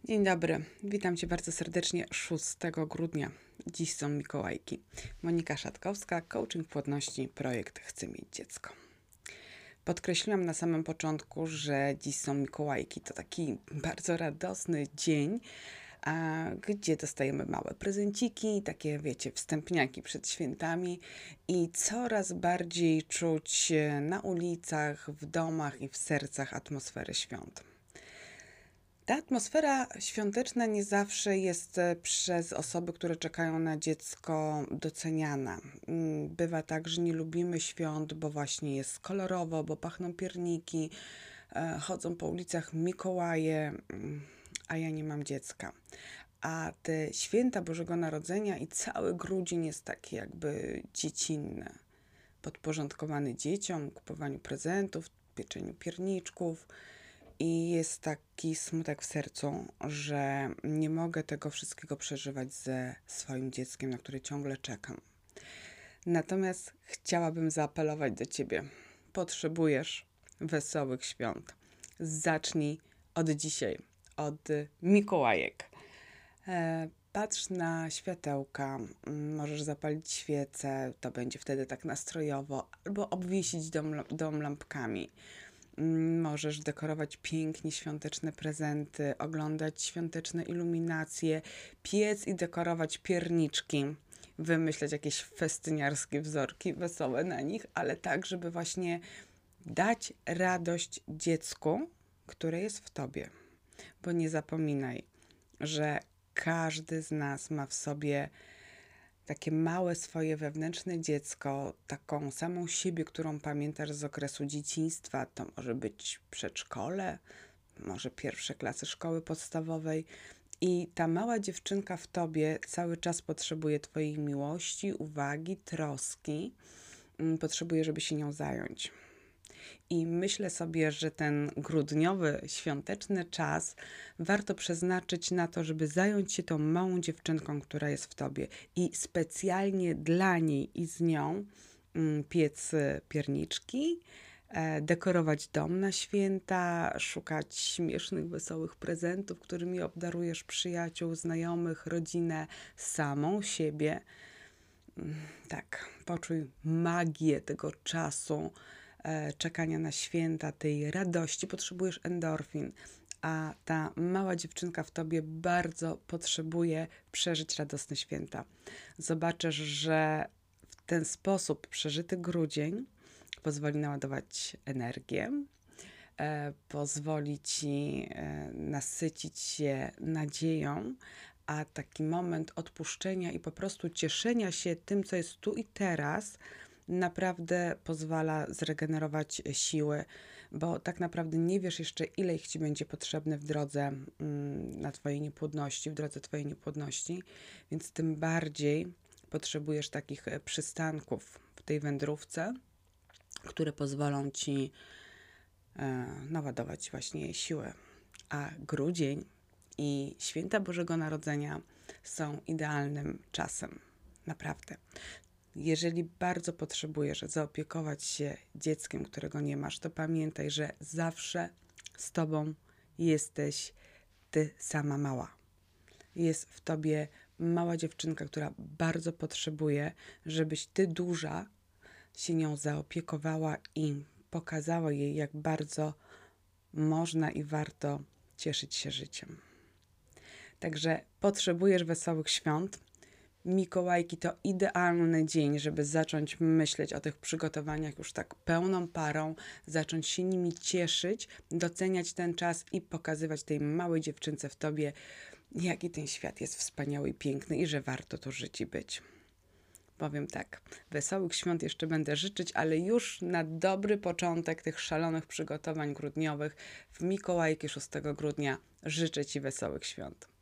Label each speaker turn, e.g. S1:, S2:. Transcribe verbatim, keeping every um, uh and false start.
S1: Dzień dobry, witam Cię bardzo serdecznie szóstego grudnia. Dziś są Mikołajki. Monika Szatkowska, coaching płodności, projekt Chcę mieć dziecko. Podkreśliłam na samym początku, że dziś są Mikołajki. To taki bardzo radosny dzień, a gdzie dostajemy małe prezenciki, takie wiecie, wstępniaki przed świętami i coraz bardziej czuć na ulicach, w domach i w sercach atmosferę świąt. Ta atmosfera świąteczna nie zawsze jest e, przez osoby, które czekają na dziecko, doceniana. Mm, Bywa tak, że nie lubimy świąt, bo właśnie jest kolorowo, bo pachną pierniki, e, chodzą po ulicach Mikołaje, mm, a ja nie mam dziecka. A te święta Bożego Narodzenia i cały grudzień jest taki jakby dziecinny, podporządkowany dzieciom, kupowaniu prezentów, pieczeniu pierniczków. I jest taki smutek w sercu, że nie mogę tego wszystkiego przeżywać ze swoim dzieckiem, na które ciągle czekam. Natomiast chciałabym zaapelować do Ciebie. Potrzebujesz wesołych świąt. Zacznij od dzisiaj, od Mikołajek. E, Patrz na światełka, mm, możesz zapalić świecę, to będzie wtedy tak nastrojowo, albo obwiesić dom, dom lampkami. Mm, Możesz dekorować pięknie świąteczne prezenty, oglądać świąteczne iluminacje, piec i dekorować pierniczki, wymyślać jakieś festyniarskie wzorki wesołe na nich, ale tak, żeby właśnie dać radość dziecku, które jest w tobie. Bo nie zapominaj, że każdy z nas ma w sobie takie małe swoje wewnętrzne dziecko, taką samą siebie, którą pamiętasz z okresu dzieciństwa. To może być przedszkole, może pierwsze klasy szkoły podstawowej. I ta mała dziewczynka w tobie cały czas potrzebuje twojej miłości, uwagi, troski. Mm, Potrzebuje, żeby się nią zająć. I myślę sobie, że ten grudniowy, świąteczny czas warto przeznaczyć na to, żeby zająć się tą małą dziewczynką, która jest w tobie i specjalnie dla niej i z nią mm, piec y, pierniczki, e, dekorować dom na święta, szukać śmiesznych, wesołych prezentów, którymi obdarujesz przyjaciół, znajomych, rodzinę, samą siebie. Mm, Tak, poczuj magię tego czasu, e, czekania na święta, tej radości. Potrzebujesz endorfin, a ta mała dziewczynka w tobie bardzo potrzebuje przeżyć radosne święta. Zobaczysz, że w ten sposób przeżyty grudzień pozwoli naładować energię, e, pozwoli ci e, nasycić się nadzieją, a taki moment odpuszczenia i po prostu cieszenia się tym, co jest tu i teraz, naprawdę pozwala zregenerować siły, bo tak naprawdę nie wiesz jeszcze, ile ich ci będzie potrzebne w drodze mm, na twojej niepłodności, w drodze twojej niepłodności, więc tym bardziej potrzebujesz takich e, przystanków w tej wędrówce, które pozwolą ci e, naładować właśnie siłę. A grudzień i święta Bożego Narodzenia są idealnym czasem. Naprawdę. Jeżeli bardzo potrzebujesz zaopiekować się dzieckiem, którego nie masz, to pamiętaj, że zawsze z tobą jesteś ty sama mała. Jest w tobie mała dziewczynka, która bardzo potrzebuje, żebyś ty duża się nią zaopiekowała i pokazała jej, jak bardzo można i warto cieszyć się życiem. Także potrzebujesz wesołych świąt. Mikołajki to idealny dzień, żeby zacząć myśleć o tych przygotowaniach już tak pełną parą, zacząć się nimi cieszyć, doceniać ten czas i pokazywać tej małej dziewczynce w tobie, jaki ten świat jest wspaniały i piękny i że warto tu żyć i być. Powiem tak, wesołych świąt jeszcze będę życzyć, ale już na dobry początek tych szalonych przygotowań grudniowych w Mikołajki szóstego grudnia życzę Ci wesołych świąt.